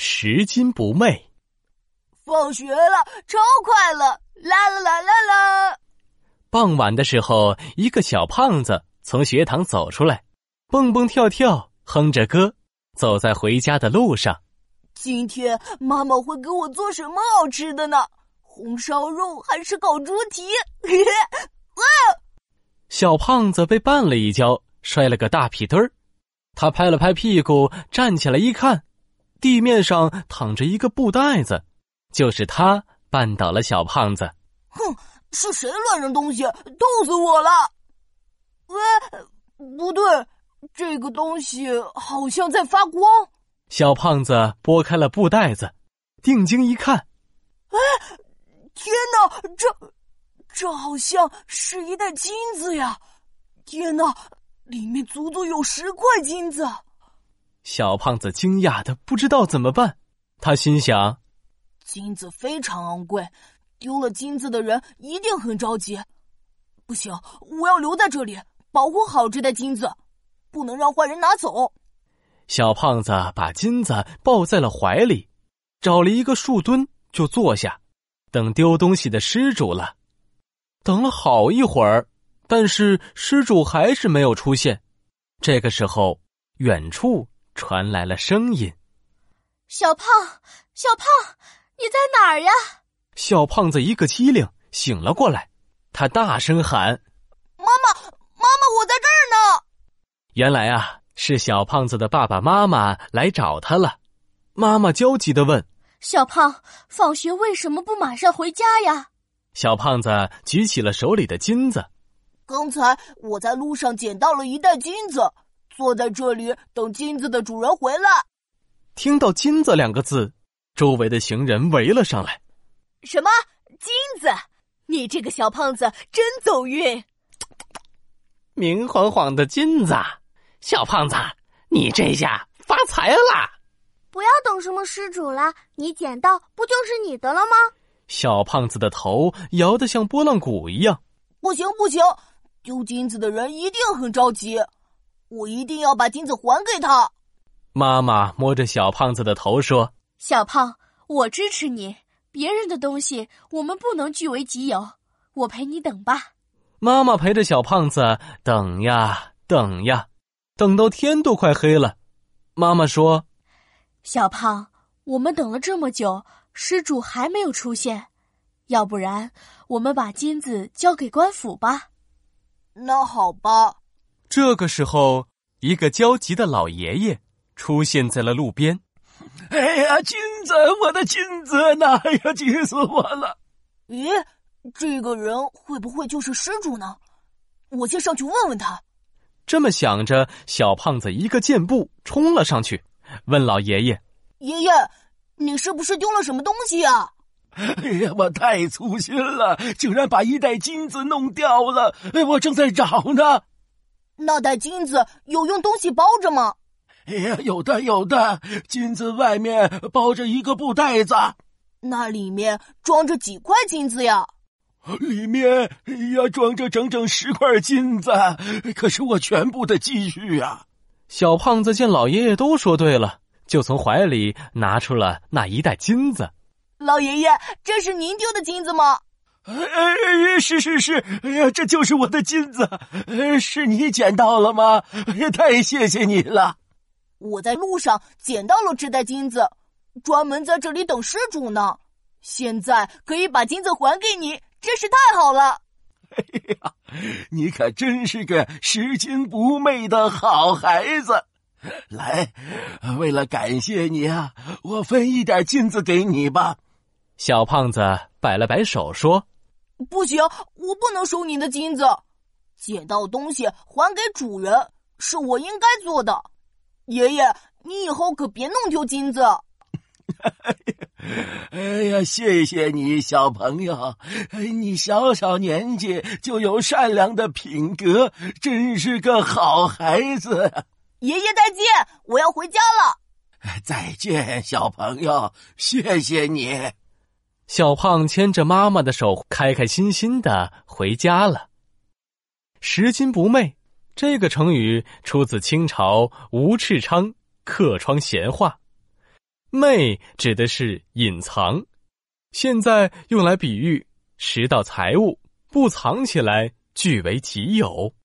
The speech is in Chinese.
拾金不昧。 放学了，超快乐！啦啦啦啦啦！ 傍晚的时候，一个小胖子从学堂走出来，蹦蹦跳跳，哼着歌，走在回家的路上。 今天妈妈会给我做什么好吃的呢？红烧肉还是烤猪蹄？ 小胖子被绊了一跤，摔了个大屁墩儿。他拍了拍屁股，站起来一看，地面上躺着一个布袋子，就是他绊倒了小胖子。 哼，是谁乱扔东西？逗死我了！不对，这个东西好像在发光。 小胖子拨开了布袋子，定睛一看， 天哪，这好像是一袋金子呀！天哪，里面足足有10块金子。 小胖子惊讶的不知道怎么办，他心想， 金子非常昂贵，丢了金子的人一定很着急。不行，我要留在这里，保护好这袋金子，不能让坏人拿走。 小胖子把金子抱在了怀里，找了一个树墩就坐下，等丢东西的失主了。等了好一会儿，但是失主还是没有出现。这个时候，远处传来了声音： 小胖，小胖，你在哪儿呀？ 小胖子一个机灵醒了过来，他大声喊： 妈妈，我在这儿呢！ 原来啊，是小胖子的爸爸妈妈来找他了。妈妈焦急地问： 小胖，放学为什么不马上回家呀？ 小胖子举起了手里的金子。 刚才我在路上捡到了一袋金子，坐在这里等金子的主人回来。 听到金子2个字，周围的行人围了上来。 什么？金子？你这个小胖子真走运！ 明晃晃的金子，小胖子，你这下发财了！ 不要等什么失主了，你捡到不就是你的了吗？ 小胖子的头摇得像拨浪鼓一样。 不行，丢金子的人一定很着急，我一定要把金子还给他。 妈妈摸着小胖子的头说： 小胖，我支持你，别人的东西我们不能据为己有，我陪你等吧。 妈妈陪着小胖子等呀等呀，等到天都快黑了。妈妈说： 小胖，我们等了这么久，失主还没有出现，要不然我们把金子交给官府吧。 那好吧。 这个时候，一个焦急的老爷爷出现在了路边。 哎呀，金子，我的金子呢？哎呀，急死我了！ 咦，这个人会不会就是失主呢？我先上去问问他。 这么想着，小胖子一个箭步冲了上去，问老爷爷： 爷爷，你是不是丢了什么东西呀？ 哎呀，我太粗心了，竟然把一袋金子弄掉了，我正在找呢。 那袋金子有用东西包着吗？ 哎呀，有的，金子外面包着一个布袋子。 那里面装着几块金子呀？ 里面装着整整10块金子，可是我全部的积蓄啊！ 小胖子见老爷爷都说对了，就从怀里拿出了那一袋金子。 老爷爷，这是您丢的金子吗？ 是，哎呀，这就是我的金子，是你捡到了吗？哎呀，太谢谢你了！ 我在路上捡到了这袋金子，专门在这里等失主呢。现在可以把金子还给你，真是太好了！ 哎呀，你可真是个拾金不昧的好孩子。来，为了感谢你啊，我分一点金子给你吧。 小胖子摆了摆手说： 不行，我不能收你的金子，捡到东西还给主人是我应该做的。爷爷，你以后可别弄丢金子。 哎呀，谢谢你，小朋友，你小年纪就有善良的品格，真是个好孩子。 爷爷再见，我要回家了。 再见，小朋友，谢谢你。 小胖牵着妈妈的手，开开心心地回家了。拾金不昧这个成语出自清朝吴赤昌《客窗闲话》。 昧指的是隐藏，现在用来比喻拾到财物，不藏起来据为己有。